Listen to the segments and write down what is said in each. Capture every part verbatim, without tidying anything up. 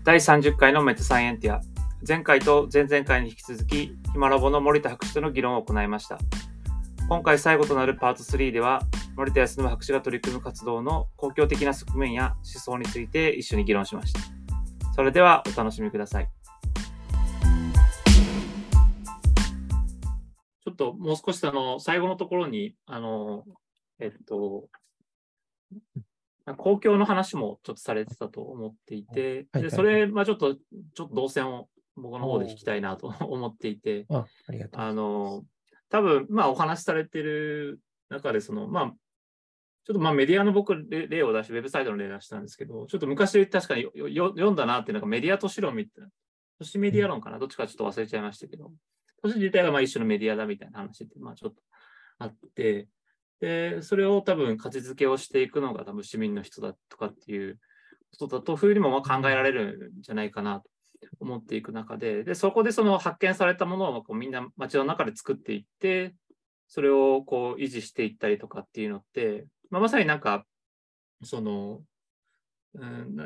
だいさんじゅっかいのメタサイエンティア。前回と前々回に引き続き、ヒマラボの森田博士との議論を行いました。今回最後となるパートスリーでは、森田康信博士が取り組む活動の公共的な側面や思想について一緒に議論しました。それではお楽しみください。ちょっともう少しあの最後のところに、あの、えっと、公共の話もちょっとされてたと思っていて、 はいはいはい、 でそれ、まあ、ちょっと、ちょっと動線を僕の方で引きたいなと思っていて、 あ、ありがとうございます。 あの、多分、まあ、お話しされてる中で、その、まあ、ちょっとまあメディアの僕、例を出して、ウェブサイトの例を出したんですけど、ちょっと昔確かによ読んだなっていうのがメディア都市論みたいな、都市メディア論かな、どっちかちょっと忘れちゃいましたけど、都市自体がまあ一種のメディアだみたいな話って、まあちょっとあって、で、それを多分価値づけをしていくのが多分市民の人だとかっていうことだと、ふうにもまあ考えられるんじゃないかなと思っていく中で、で、そこでその発見されたものをこうみんな街の中で作っていって、それをこう維持していったりとかっていうのって、まあ、まさになんか、その、うん、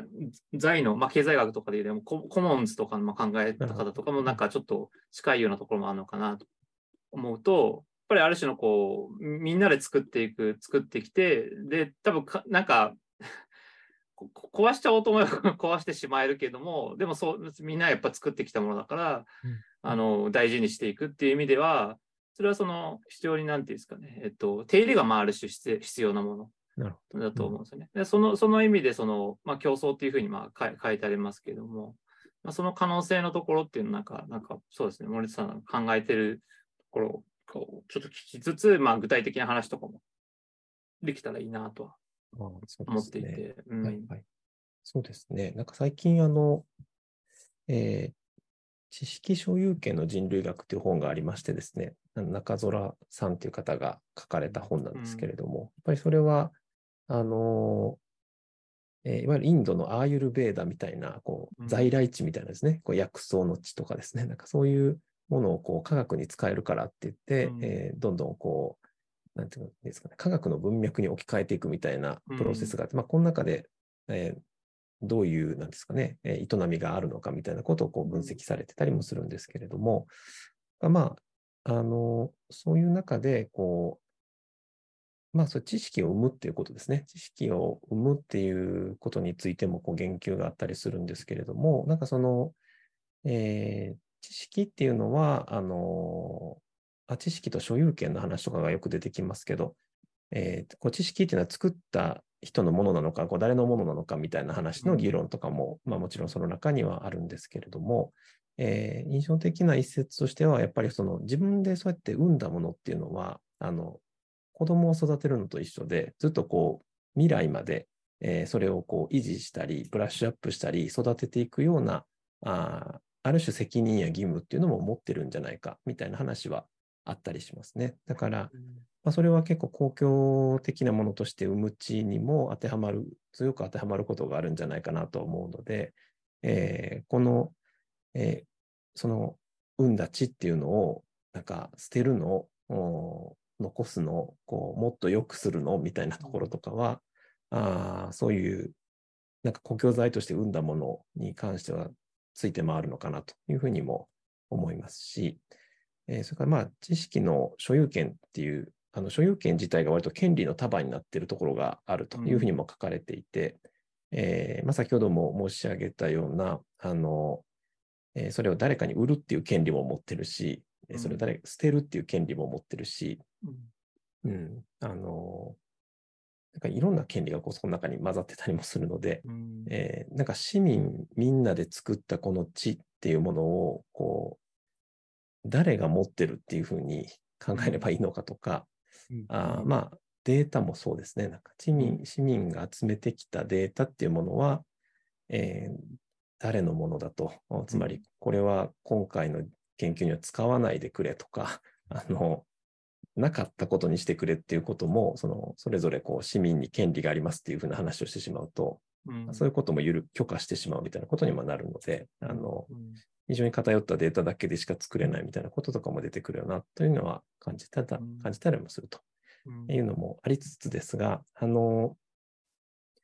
財の、まあ、経済学とかで言うとコモンズとかの考え方とかもなんかちょっと近いようなところもあるのかなと思うと、やっぱりある種のこう、みんなで作っていく、作ってきて、で、多分かなんか、壊しちゃおうと思えば壊してしまえるけども、でもそう、みんなやっぱ作ってきたものだから、うん、あの、大事にしていくっていう意味では、それはその、必要になんていうんですかね、えっと、手入れがまあある種必要なもの。だと思うんですよね。でそのその意味でその、まあ、競争っていうふうにまあ書いてありますけれども、まあ、その可能性のところっていうのなんか、なんかそうですね、森田さんが考えてるところをこうちょっと聞きつつ、まあ、具体的な話とかもできたらいいなとは思っていて。 そうですね。なんか最近あの、えー、知識所有権の人類学という本がありましてですね、中空さんという方が書かれた本なんですけれども、うん、やっぱりそれは、あのーえー、いわゆるインドのアーユルベーダみたいな、こう在来地みたいなですね、こう薬草の地とかですね、なんかそういうものをこう科学に使えるからって言って、うん、えー、どんどんこう、なんていうんですかね、科学の文脈に置き換えていくみたいなプロセスがあって、うん、まあ、この中で、えー、どういう、なんですかね、営みがあるのかみたいなことをこう分析されてたりもするんですけれども、うん、まあ、あの、そういう中で、こう、まあ、そう知識を生むっていうことですね。知識を生むっていうことについてもこう言及があったりするんですけれども、なんかその、えー、知識っていうのは、あの、あ知識と所有権の話とかがよく出てきますけど、えー、こう知識っていうのは作った人のものなのか、こう誰のものなのかみたいな話の議論とかも、うん、まあ、もちろんその中にはあるんですけれども、えー、印象的な一節としては、やっぱりその自分でそうやって生んだものっていうのは、あの子供を育てるのと一緒で、ずっとこう未来まで、えー、それをこう維持したり、ブラッシュアップしたり、育てていくような、あある種責任や義務っていうのも持ってるんじゃないかみたいな話はあったりしますね。だから、うんまあ、それは結構公共的なものとして生む地にも当てはまる、強く当てはまることがあるんじゃないかなと思うので、えー、この、えー、その生んだ地っていうのを、なんか捨てるの、残すの、こうもっと良くするのみたいなところとかは、あそういうなんか公共財として生んだものに関してはついて回るのかなというふうにも思いますし、えー、それからまあ知識の所有権っていうあの所有権自体が割と権利の束になっているところがあるというふうにも書かれていて、うんえーまあ、先ほども申し上げたようなあの、えー、それを誰かに売るっていう権利も持ってるし、うん、それを誰捨てるっていう権利も持ってるし、うんうん、あのなんかいろんな権利がこうその中に混ざってたりもするので、うんえー、なんか市民みんなで作ったこの地っていうものをこう誰が持ってるっていうふうに考えればいいのかとか、うんあうん、まあデータもそうですね。なんか市民、うん、市民が集めてきたデータっていうものは、えー、誰のものだと、つまりこれは今回の研究には使わないでくれとか、あのなかったことにしてくれっていうことも、そのそれぞれこう市民に権利がありますっていうふうな話をしてしまうと、うん、そういうこともゆる許可してしまうみたいなことにもなるので、うん、あの非常に偏ったデータだけでしか作れないみたいなこととかも出てくるよなというのは感じた、感じたりもするというのもありつつですが、あの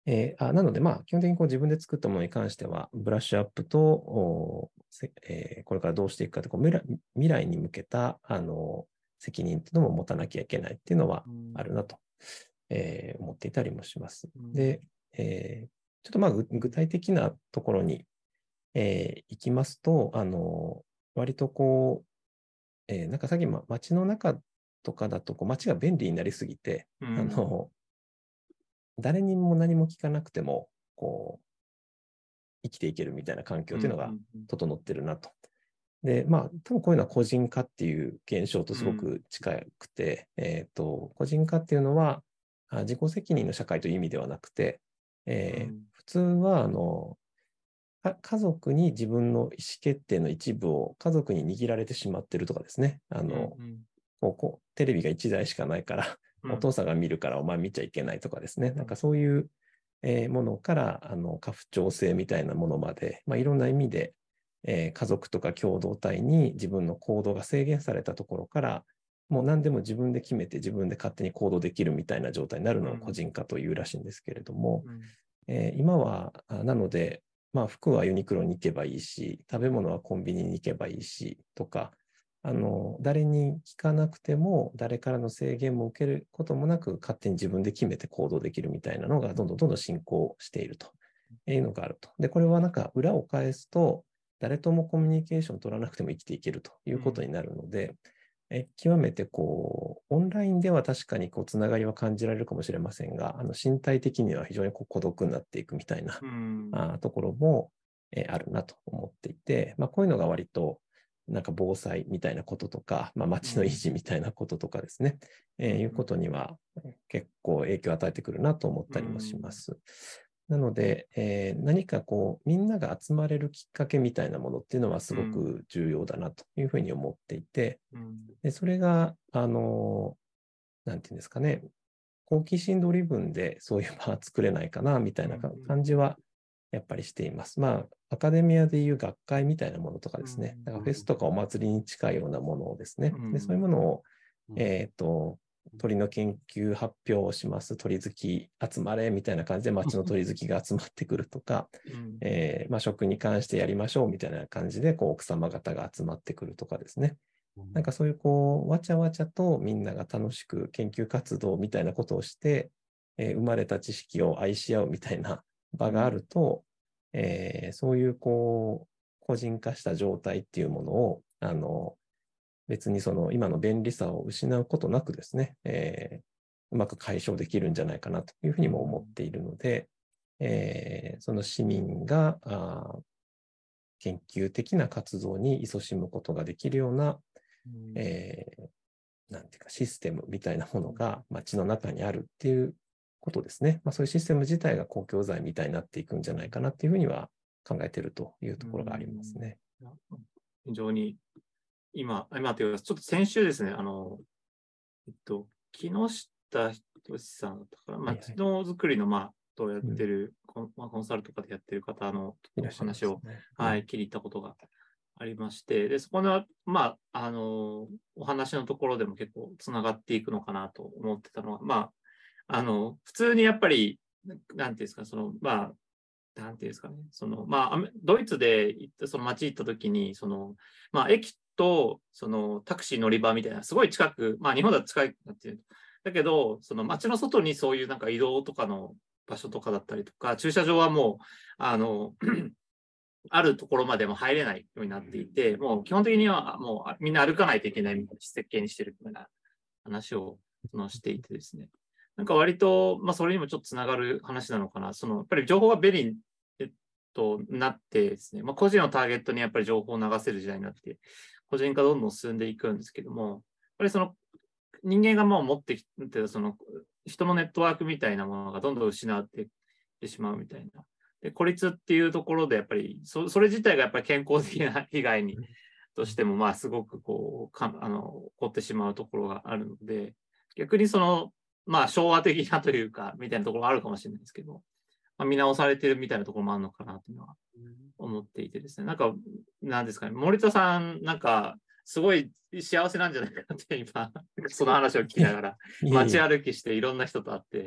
えーあなので、まあ、基本的にこう自分で作ったものに関しては、ブラッシュアップと、おせえーこれからどうしていくかとこう未来、未来に向けたあの責任っていうのも持たなきゃいけないっていうのはあるなと、えー思っていたりもします。で、えーちょっとまあ具具体的なところに、えー行きますと、あの割とこう、えーなんかさっき、ま、街の中とかだとこう街が便利になりすぎて、 うん、 あの誰にも何も聞かなくてもこう生きていけるみたいな環境というのが整ってるなと。で、まあ、多分こういうのは個人化っていう現象とすごく近くて、うん、えっと、個人化っていうのは、自己責任の社会という意味ではなくて、えーうん、普通は、あの、家族に自分の意思決定の一部を家族に握られてしまってるとかですね。あの、うんうん、こうこうテレビがいちだいしかないから、うん、お父さんが見るからお前見ちゃいけないとかですね。なんかそういう、えー、ものから、あの、家父長制みたいなものまで、まあ、いろんな意味で、えー、家族とか共同体に自分の行動が制限されたところから、もう何でも自分で決めて自分で勝手に行動できるみたいな状態になるのを個人化というらしいんですけれども、うんえー、今は、なので、まあ、服はユニクロに行けばいいし、食べ物はコンビニに行けばいいし、とか、あの、誰に聞かなくても、誰からの制限も受けることもなく、勝手に自分で決めて行動できるみたいなのが、どんどんどんどん進行しているというのがあると。で、これはなんか裏を返すと、誰ともコミュニケーションを取らなくても生きていけるということになるので、うんえ極めてこう、オンラインでは確かにこう、つながりは感じられるかもしれませんが、あの身体的には非常にこう孤独になっていくみたいな、うん、あところも、えー、あるなと思っていて、まあ、こういうのが割と、なんか防災みたいなこととか、まあ、街の維持みたいなこととかですね、うん、えー、いうことには結構影響を与えてくるなと思ったりもします。うんなので、えー、何かこう、みんなが集まれるきっかけみたいなものっていうのはすごく重要だなというふうに思っていて、うん、でそれが、あの、なんていうんですかね、好奇心ドリブンでそういう場は作れないかな、みたいな感じはやっぱりしています。まあ、アカデミアでいう学会みたいなものとかですね、だからフェスとかお祭りに近いようなものをですね、でそういうものを、えっと、鳥の研究発表をします。鳥好き集まれみたいな感じで街の鳥好きが集まってくるとか、うんえーまあ、食に関してやりましょうみたいな感じでこう奥様方が集まってくるとかですね。なんかそういうこうわちゃわちゃとみんなが楽しく研究活動みたいなことをして、えー、生まれた知識を愛し合うみたいな場があると、うんえー、そういうこう個人化した状態っていうものをあの別にその今の便利さを失うことなくですね、えー、うまく解消できるんじゃないかなというふうにも思っているので、えー、その市民があ研究的な活動に勤しむことができるような、うんえー、なんていうかシステムみたいなものが街の中にあるっていうことですね。まあ、そういうシステム自体が公共財みたいになっていくんじゃないかなっていうふうには考えているというところがありますね。 非常に今、今というか、ちょっと先週ですね、あの、えっと、木下仁さんだったかな、街の作りの、まあ、とやってる、うんコン、コンサルとかでやってる方の話を、ねうん、はい、切り入ったことがありまして、で、そこの、まあ、あの、お話のところでも結構つながっていくのかなと思ってたのは、まあ、あの、普通にやっぱり、なんていうんですか、その、まあ、なんていうんですかね、その、まあ、ドイツで行って、その街行った時に、その、まあ、駅と、その、タクシー乗り場みたいな、すごい近く、まあ、日本だと近いなっていう。だけど、その街の外にそういうなんか移動とかの場所とかだったりとか、駐車場はもう、あの、あるところまでも入れないようになっていて、もう基本的にはもうみんな歩かないといけないみたいな設計にしてるみたいな話をそのしていてですね。なんか割と、まあそれにもちょっとつながる話なのかな。その、やっぱり情報が便利となってですね、まあ個人をターゲットにやっぱり情報を流せる時代になって、個人化どんどん進んでいくんですけども、やっぱりその人間がもう持ってきて、その人のネットワークみたいなものがどんどん失っていってしまうみたいな。で孤立っていうところでやっぱり そ, それ自体がやっぱり健康的な被害にとしてもまあすごくこうかあの起こってしまうところがあるので逆にそのまあ昭和的なというかみたいなところがあるかもしれないですけど、まあ、見直されてるみたいなところもあるのかなというのは思っていてですね、なんかなんですかね、森田さんなんかすごい幸せなんじゃないかなって今その話を聞きながら街歩きしていろんな人と会って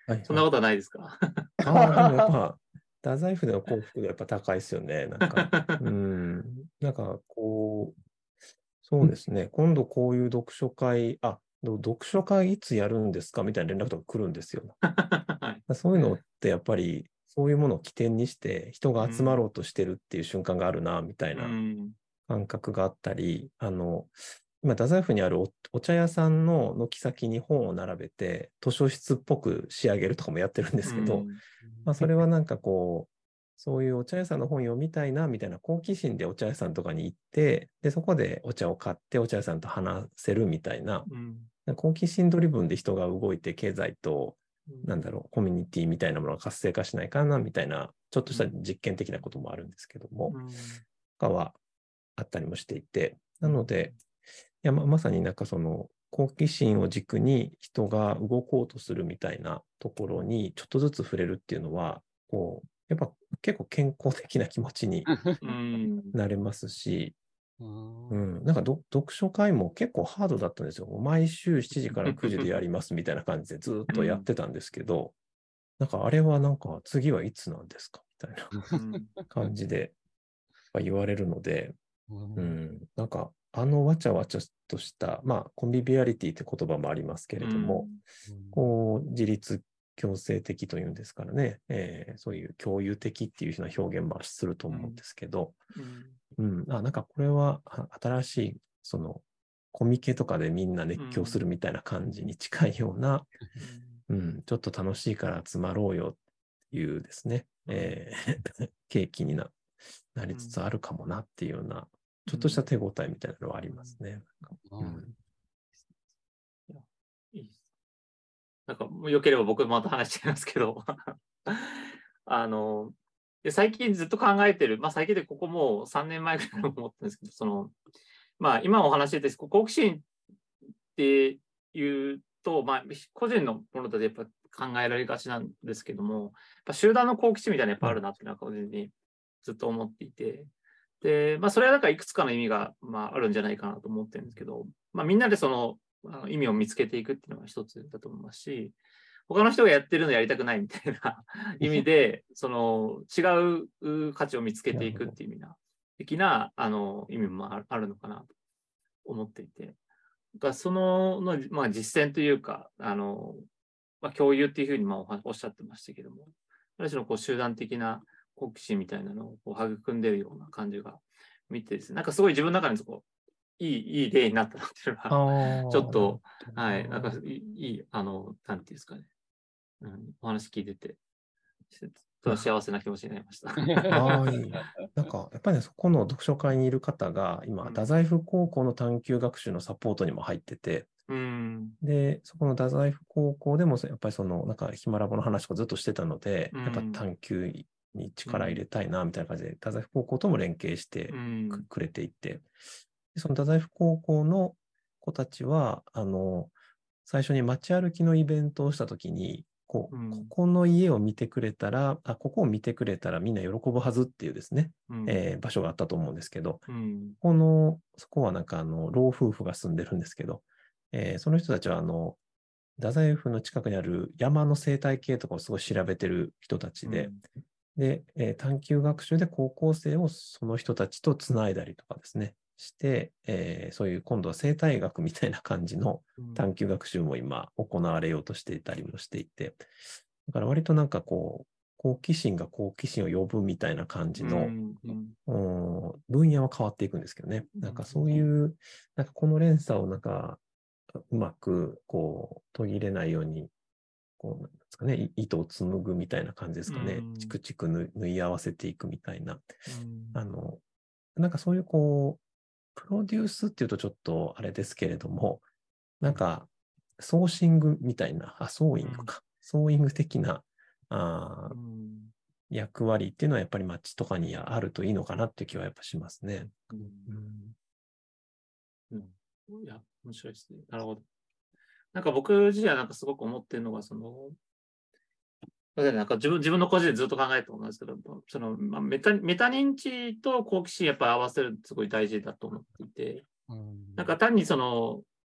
はいそんなことはないですか？ ああ、でもやっぱ、太宰府での幸福度やっぱ高いですよね。なんか、うん。なんか、こう、そうですね。今度こういう読書会、あ、ど読書会いつやるんですかみたいな連絡とか来るんですよ。 はい。 そういうのってやっぱり、そういうものを起点にして人が集まろうん。 うとしてるっていう瞬間があるな、みたいうなん。 感覚があったり、あの、今、太宰府にあるお、お茶屋さんの軒先に本を並べて、図書室っぽく仕上げるとかもやってるんでうすけど、 ん。 まあ、それはなんかこう、そういうお茶屋さんの本読みたいな、みたいな好奇心でお茶屋さんとかに行って、で、そこでお茶を買ってお茶屋さんと話せるみたいな、 うん。 好奇心ドリブンで人が動いて、経済と、 うん。 なんだろう、コミュニティみたいなものが活性化しないかな、みたいな、ちょっとしたうん。 実験的なこともあるんですけども、 うん。 他はあったりもしていて、 うなので、いやま、まさになんかその好奇心を軸に人が動こうとするみたいなところにちょっとずつ触れるっていうのは、こう、やっぱ結構健康的な気持ちにん。 なれますし、 ううん、なんかど読書会も結構ハードだったんですよ。毎週しちじからくじでやりますみたいな感じでずっとやってたんですけど、なんかあれはなんか次はいつなんですかみたいなうん感じで言われるので、 んうん、なんか、あのわちゃわちゃとした、まあ、コンビビアリティって言葉もありますけれども、こう、自律共生的というんですからね、えーそういう共有的っていうような表現もすると思うんですけど、 うん。 うん、あ、なんかこれはあ新しい、その、コミケとかでみんな熱狂するみたいな感じに近いような、うん、ちょっと楽しいから集まろうよっていうですね、えー、契機にな、なりつつあるかもなっていうような、ちょっとした手応えみたいなのはありますね。 ううんんいやいいです。なんか、もうよければ僕また話しちゃいますけど、あの、で最近ずっと考えてる、まあ最近でここもうさんねんまえぐらい思ったんですけど、その、まあ今お話しです、好奇心っていうと、まあ個人のものだとやっぱ考えられがちなんですけども、やっぱ集団の好奇心みたいなのやっぱあるなっていうのは個人にずっと思っていて、で、まあそれはなんかいくつかの意味が、まあ、あるんじゃないかなと思ってるんですけど、まあみんなでそのあの意味を見つけていくっていうのが一つだと思いますし、他の人がやってるのやりたくないみたいな意味で、その違う価値を見つけていくっていう意味な、的なあの意味もあるのかなと思っていて、だそのの、まあ、実践というか、あの、まあ、共有っていうふうにまあおっしゃってましたけども、ある種のこう集団的な好奇心みたいなのをこう育んでいるような感じが見てですね、なんかすごい自分の中にこういい、いい例になったなっていうのが、ちょっと、はい、なんかいい、あの、なんていうんですかね、うん、お話聞いてて、ちょっと幸せな気持ちになりました。 ああ、いい。なんか、やっぱりね、そこの読書会にいる方が、今、 うん太宰府高校の探究学習のサポートにも入ってて、 うん。 で、そこの太宰府高校でも、やっぱりその、なんか、ヒマラボの話とかずっとしてたので、 うんやっぱ探究に力入れたいな、みたいな感じで、太宰府高校とも連携してうんくくれていて、でその太宰府高校の子たちは、あの、最初に街歩きのイベントをしたときに、こう、 うんここの家を見てくれたら、あ、ここを見てくれたらみんな喜ぶはずっていうですね、 うんえー場所があったと思うんですけど、 うんこの、そこはなんかあの、老夫婦が住んでるんですけど、えーその人たちはあの、太宰府の近くにある山の生態系とかをすごい調べてる人たちで、で、えー探究学習で高校生をその人たちとつないだりとかですね、して、えーそういう今度は生態学みたいな感じの探究学習も今行われようとしていたりもしていて、だから割となんかこう、好奇心が好奇心を呼ぶみたいな感じの、うん分野は変わっていくんですけどね。なんかそういう、なんかこの連鎖をなんかうまくこう途切れないように、こうなんですかね、糸を紡ぐみたいな感じですかね。チクチク縫い合わせていくみたいな。あの、なんかそういうこう、プロデュースっていうとちょっとあれですけれども、なんか、ソーシングみたいな、あ、ソーイングか。ソーイング的なあ役割っていうのはやっぱり街とかにあるといいのかなっていう気はやっぱしますね。 うんうんうん、いや、面白いですね。なるほど。なんか僕自身はなんかすごく思ってるのが、その、なんか自分自分の個人でずっと考えてると思うんですけど、そのまあ、メタメタ認知と好奇心やっぱり合わせるすごい大事だと思っていて、なんか単にその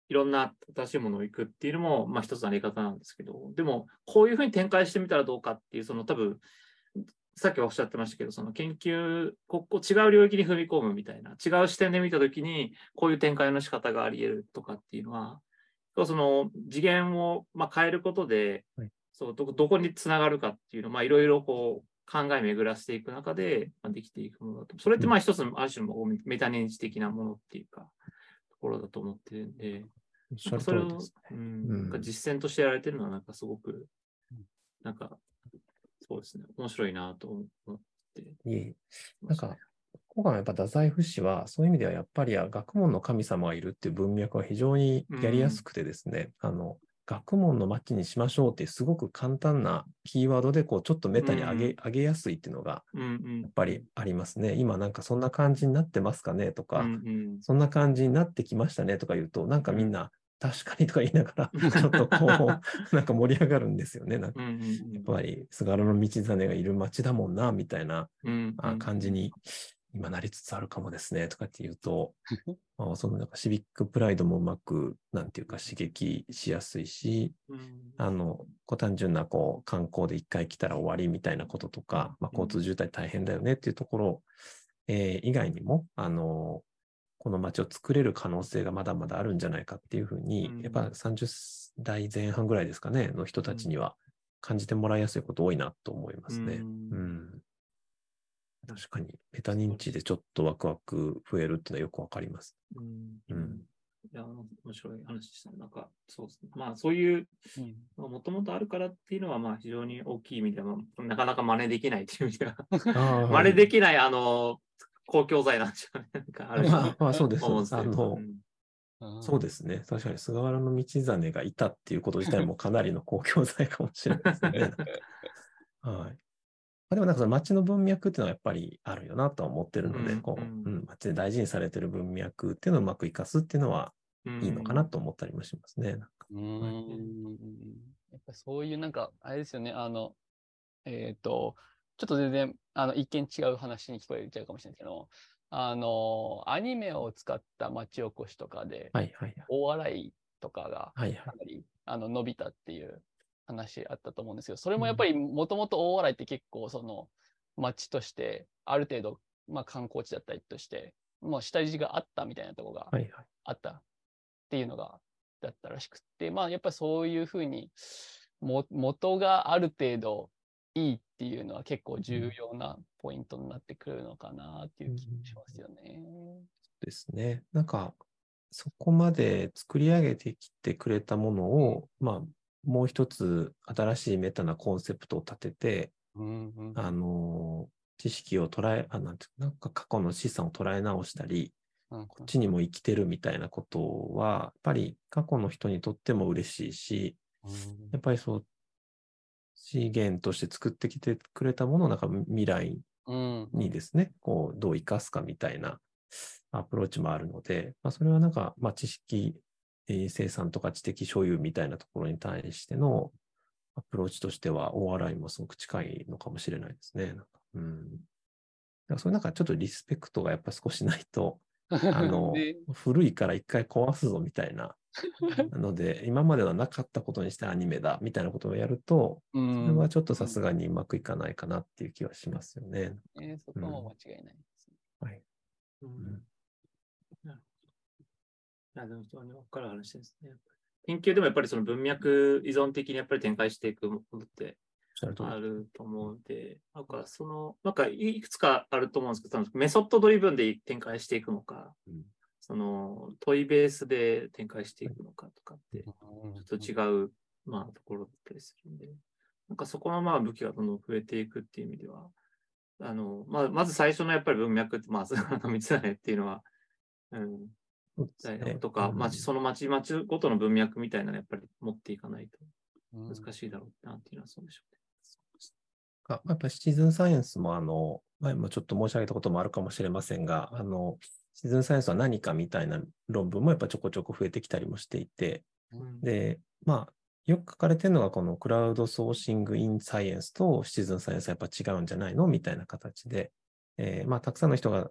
いろんな新しいものを行くっていうのも、まあ一つのやり方なんですけど、でも、こういうふうに展開してみたらどうかっていう、その多分、さっきおっしゃってましたけど、その研究、ここ違う領域に踏み込むみたいな、違う視点で見たときに、こういう展開の仕方があり得るとかっていうのは、その次元をまあ変えることで、 はい、 そうど、どこにつながるかっていうのを、まあいろいろこう考え巡らせていく中で、まあ、できていくものだと。それってまあ一つのある種のメタ認知的なものっていうか、ところだと思ってるんで、 おっしゃるそれを、 通りですね。 うん、 うんなんか実践としてやられてるのは、なんかすごく、なんか、そうですね、面白いなと思って。 いえ、なんか、今回やっぱ太宰府市は、そういう意味ではやっぱり学問の神様がいるっていう文脈は非常にやりやすくてですね、うん、あの、学問の町にしましょうっていうすごく簡単なキーワードで、こう、ちょっとメタに上げ、うん、上げやすいっていうのが、やっぱりありますね。今なんかそんな感じになってますかねとか、うんうん、そんな感じになってきましたねとか言うと、なんかみんな、確かにとか言いながら、ちょっとこう、なんか盛り上がるんですよね。なんかやっぱり菅原道真がいる町だもんな、みたいな感じに今なりつつあるかもですね、とかって言うと、まあ、そのなんかシビックプライドもうまく、なんていうか刺激しやすいし、あの、こう単純なこう観光で一回来たら終わりみたいなこととか、まあ、交通渋滞大変だよねっていうところ、えー、以外にも、あの、この街を作れる可能性がまだまだあるんじゃないかっていうふうに、うん、やっぱさんじゅっだいぜん半ぐらいですかね、の人たちには感じてもらいやすいこと多いなと思いますね。うんうん、確かに、メタ認知でちょっとワクワク増えるっていうのはよくわかります。うん。うん、 いや、面白い話でしたね。なんか、そうですね。まあ、そういう、もともとあるからっていうのは、まあ、非常に大きい意味では、なかなか真似できないっていう意味では、真似できない、あの、公共財なんじゃないか、あるまあ、まあ、そうです。 思うんですあの、うん、そうですね。確かに菅原道真がいたっていうこと自体もかなりの公共財かもしれないですね。はい。でもなんかその街の文脈っていうのはやっぱりあるよなとは思ってるので、うん、こう、うん、街で大事にされてる文脈っていうのをうまく活かすっていうのはいいのかなと思ったりもしますね。なんかうん、はい、やっぱそういうなんか、あれですよね、あの、えっと、ちょっと全然、あの、一見違う話に聞こえちゃうかもしれないですけど、あの、アニメを使った町おこしとかで、 はいはいはい、 大笑いとかが、 かなり、 はいはい、あの伸びたっていう話あったと思うんですけど、それもやっぱりもともと大笑いって結構その町としてある程度、まあ、観光地だったりとしてもう下地があったみたいなところがあったっていうのがだったらしくて、まあやっぱりそういうふうにも元がある程度いいっていうのは結構重要なポイントになってくるのかなっていう気がしますよね。うん、 そうですね。なんかそこまで作り上げてきてくれたものを、うん、まあもう一つ新しいメタなコンセプトを立てて、うんうん、あの、知識を捉え、あ、なんていうなんか過去の資産を捉え直したり、うんうん、こっちにも生きてるみたいなことは、やっぱり過去の人にとっても嬉しいし、うん、やっぱりそう、資源として作ってきてくれたものをなんか未来にですね、うんうん、こう、どう生かすかみたいなアプローチもあるので、まあ、それはなんか、まあ、知識、えー、生産とか知的所有みたいなところに対してのアプローチとしては、大洗もすごく近いのかもしれないですね。なんかうん。だからそれなんかちょっとリスペクトがやっぱ少しないと、あの、古いから一回壊すぞみたいなので、今まではなかったことにしてアニメだみたいなことをやると、それはちょっとさすがにうまくいかないかなっていう気はしますよね。 うんえー、そこも間違いないですね。 うん、はい。うん、 なるほど。でも非常に分かる話ですね。研究でもやっぱりその文脈依存的にやっぱり展開していくものってあると思うので、なんかその、なんかいくつかあると思うんですけど、メソッドドリブンで展開していくのか、うん、その問いベースで展開していくのかとかって、ちょっと違う、まあ、ところだったりするんで、なんかそこのまあ武器がどんどん増えていくっていう意味では、あの、まあ、まず最初のやっぱり文脈って、まあ、三つだねっていうのは、うん、ね、とか、うん、町、その町々ごとの文脈みたいなのやっぱり持っていかないと難しいだろうなっていうのはそうでしょうね。 うん、やっぱりシチズンサイエンスもあの、前もちょっと申し上げたこともあるかもしれませんが、あの、シチズンサイエンスは何かみたいな論文もやっぱちょこちょこ増えてきたりもしていて、うん、で、まあ、よく書かれてるのがこのクラウドソーシングインサイエンスとシチズンサイエンスはやっぱ違うんじゃないのみたいな形で、えー、まあ、たくさんの人が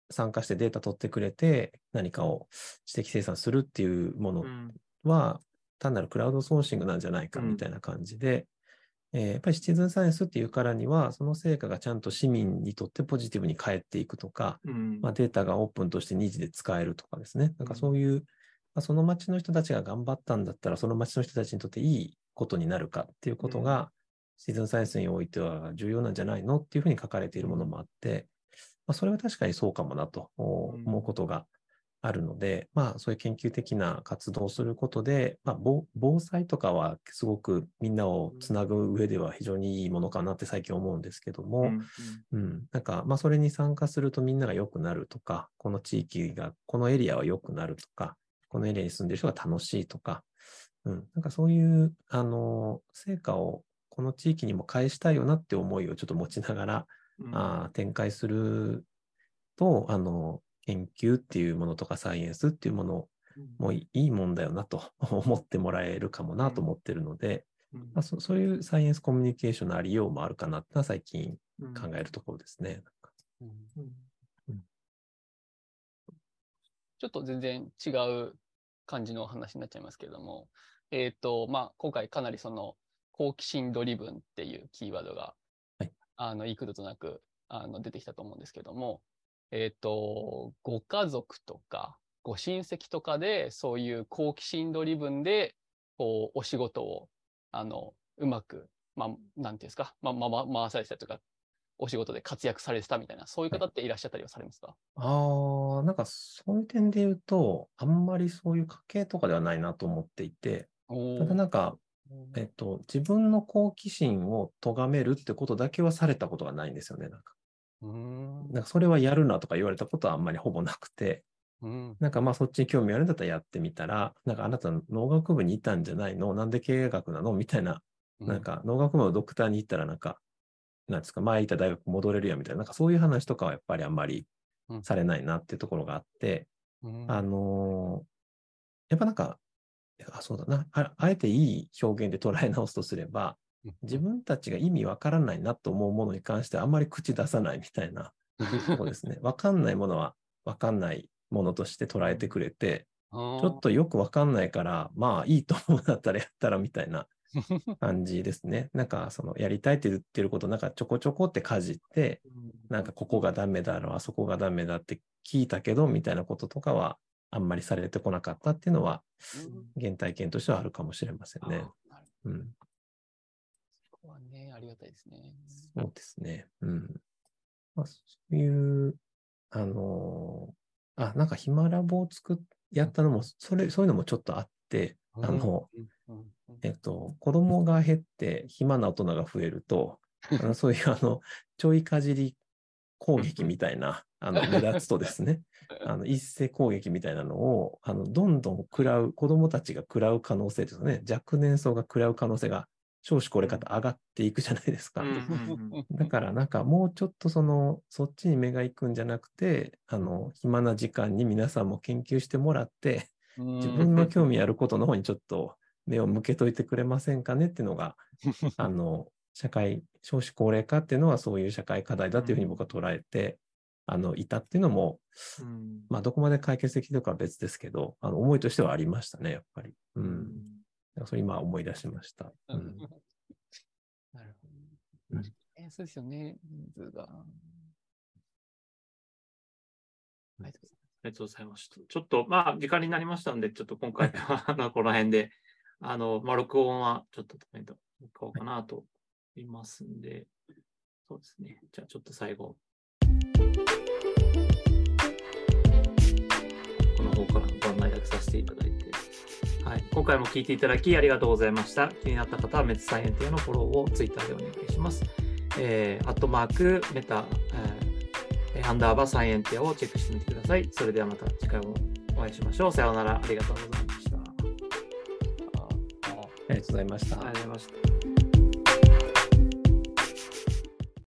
参加してデータ取ってくれて何かを知的生産するっていうものは、単なるクラウドソーシングなんじゃないかみたいな感じで、うん、えー、やっぱりシティズンサイエンスっていうからには、その成果がちゃんと市民にとってポジティブに返っていくとか、うん、まあ、データがオープンとして二次で使えるとかですね、なんかそういう、うん、まあ、その町の人たちが頑張ったんだったら、その町の人たちにとっていいことになるかっていうことが、うん、シティズンサイエンスにおいては重要なんじゃないのっていうふうに書かれているものもあって、まあ、それは確かにそうかもなと思うことがあるので、うん、まあそういう研究的な活動をすることで、まあ、防災とかはすごくみんなをつなぐ上では非常にいいものかなって最近思うんですけども、うんうんうん、なんかまあそれに参加するとみんなが良くなるとか、この地域が、このエリアは良くなるとか、このエリアに住んでる人が楽しいとか、うん、なんかそういうあの成果をこの地域にも返したいよなって思いをちょっと持ちながら、うん、あ展開すると、あの、研究っていうものとかサイエンスっていうものもいいもんだよなと思ってもらえるかもなと思ってるので、うんまあ、そ, そういうサイエンスコミュニケーションのありようもあるかなってのは最近考えるところですね。うんうん、ちょっと全然違う感じの話になっちゃいますけれども、えっと、まあ、今回かなりその好奇心ドリブンっていうキーワードが、はい、あの幾度となくあの出てきたと思うんですけども、えっと、ご家族とかご親戚とかでそういう好奇心ドリブンでこうお仕事をあのうまく、まあ、なんていうんですか、まあ、まあ、回されてたとか、お仕事で活躍されてたみたいな、そういう方っていらっしゃったりはされますか？はい、 ああ、なんかそういう点で言うと、あんまりそういう家系とかではないなと思っていて、ただなんか、えっと、自分の好奇心を咎めるってことだけはされたことがないんですよね、なんか。うーんなんかそれはやるなとか言われたことはあんまりほぼなくて、うん、なんかまあそっちに興味あるんだったらやってみたら、なんかあなた農学部にいたんじゃないの？なんで経営学なの？みたいな、なんか農学部のドクターに行ったらなんか、なんですか、前いた大学戻れるやみたいな、なんかそういう話とかはやっぱりあんまりされないなっていうところがあって、うん、あのー、やっぱなんか、あ、そうだなあ、あえていい表現で捉え直すとすれば、自分たちが意味わからないなと思うものに関してはあんまり口出さないみたいなとこですね。わかんないものはわかんないものとして捉えてくれて、ちょっとよくわかんないから、まあいいと思うんだったらやったらみたいな感じですね。なんかそのやりたいって言ってることなんかちょこちょこってかじって、なんかここがダメだろう、あそこがダメだって聞いたけどみたいなこととかはあんまりされてこなかったっていうのは原体験としてはあるかもしれませんね。うん。 そこはね、ありがたいですね。 そうですね。うん。まあ、そういう、あのー、あ、なんかヒマラボを作っ、やったのも、それ、そういうのもちょっとあって、あの、えっと、子供が減って暇な大人が増えると、あのそういうあの、ちょいかじり攻撃みたいな、あの、目立つとですね、あの、一斉攻撃みたいなのを、あの、どんどん食らう、子供たちが食らう可能性ですね、若年層が食らう可能性が少子高齢化と上がっていくじゃないですか。だからなんかもうちょっとその、そっちに目が行くんじゃなくて、あの、暇な時間に皆さんも研究してもらって、自分の興味あることの方にちょっと目を向けといてくれませんかねっていうのが、あの、社会、少子高齢化っていうのはそういう社会課題だというふうに僕は捉えて、あの、いたっていうのも、まあ、どこまで解決できるかは別ですけど、あの、思いとしてはありましたね、やっぱり。うん。それ今思い出しました。うん、 なるほど、うんえー。そうですよね、人数が。ありがとうございました。ちょっと、まあ、時間になりましたので、ちょっと今回はこの辺で、あの、まあ、録音はちょっと止めておこうかなと思いますんで、そうですね。じゃあ、ちょっと最後、この方からご案内だけさせていただいて、はい、今回も聞いていただきありがとうございました。気になった方はメタサイエンティアのフォローをツイッターでお願いします。えー、アットマークメタ、えー、アンダーバーサイエンティアをチェックしてみてください。それではまた次回もお会いしましょう。さようなら。ありがとうございました。 ありがとうございました。 ありがとうございました。